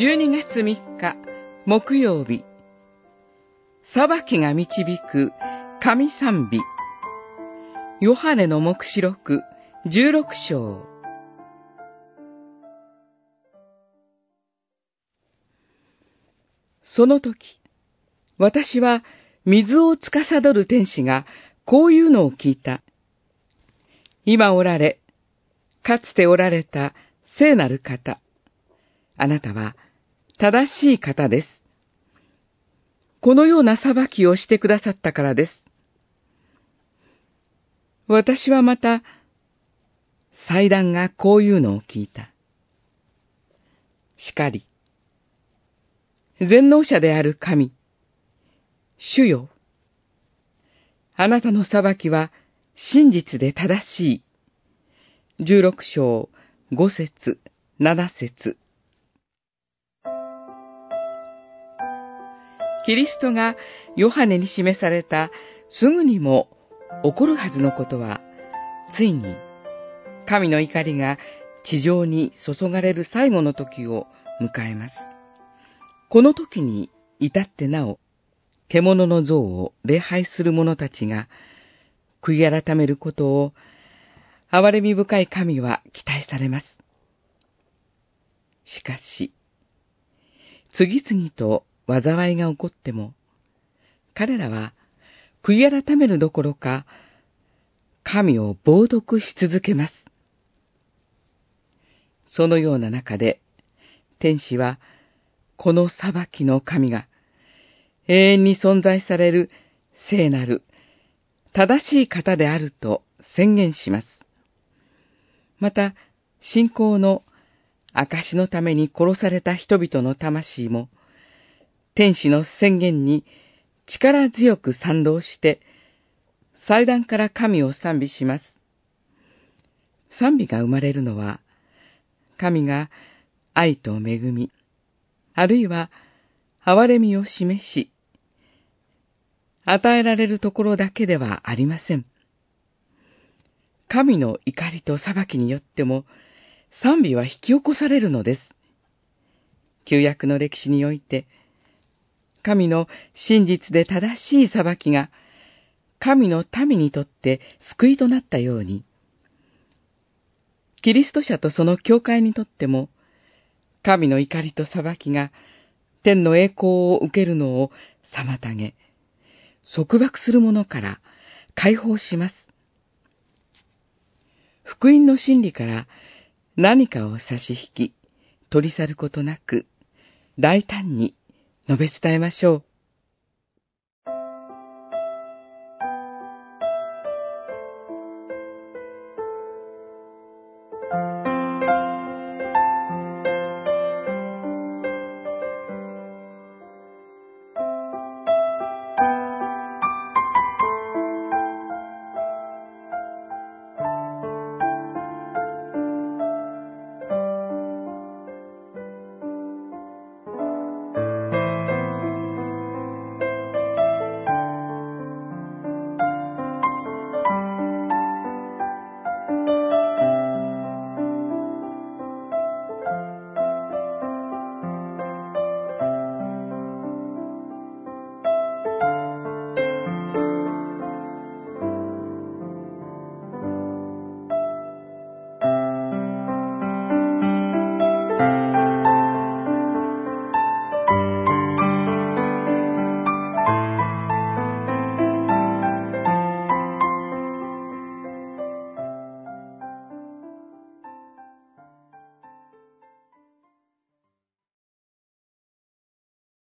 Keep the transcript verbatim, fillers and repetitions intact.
じゅうにがつみっか木曜日、裁きが導く神賛美。ヨハネの黙示録じゅうろくしょう。その時、私は水を司る天使がこういうのを聞いた。今おられ、かつておられた聖なる方。あなたは正しい方です。このような裁きをしてくださったからです。私はまた、祭壇がこういうのを聞いた。しかり、全能者である神、主よ、あなたの裁きは真実で正しい。じゅうろくしょう、ごせつ、ななせつ。キリストがヨハネに示されたすぐにも起こるはずのことは、ついに神の怒りが地上に注がれる最後の時を迎えます。この時に至ってなお、獣の像を礼拝する者たちが悔い改めることを、憐れみ深い神は期待されます。しかし、次々と災いが起こっても、彼らは悔い改めるどころか、神を冒涜し続けます。そのような中で、天使は、この裁きの神が、永遠に存在される聖なる、正しい方であると宣言します。また、信仰の証のために殺された人々の魂も、天使の宣言に力強く賛同して、祭壇から神を賛美します。賛美が生まれるのは、神が愛と恵み、あるいは憐れみを示し、与えられるところだけではありません。神の怒りと裁きによっても、賛美は引き起こされるのです。旧約の歴史において、神の真実で正しい裁きが、神の民にとって救いとなったように、キリスト者とその教会にとっても、神の怒りと裁きが、天の栄光を受けるのを妨げ、束縛するものから解放します。福音の真理から何かを差し引き、取り去ることなく、大胆に述べ伝えましょう。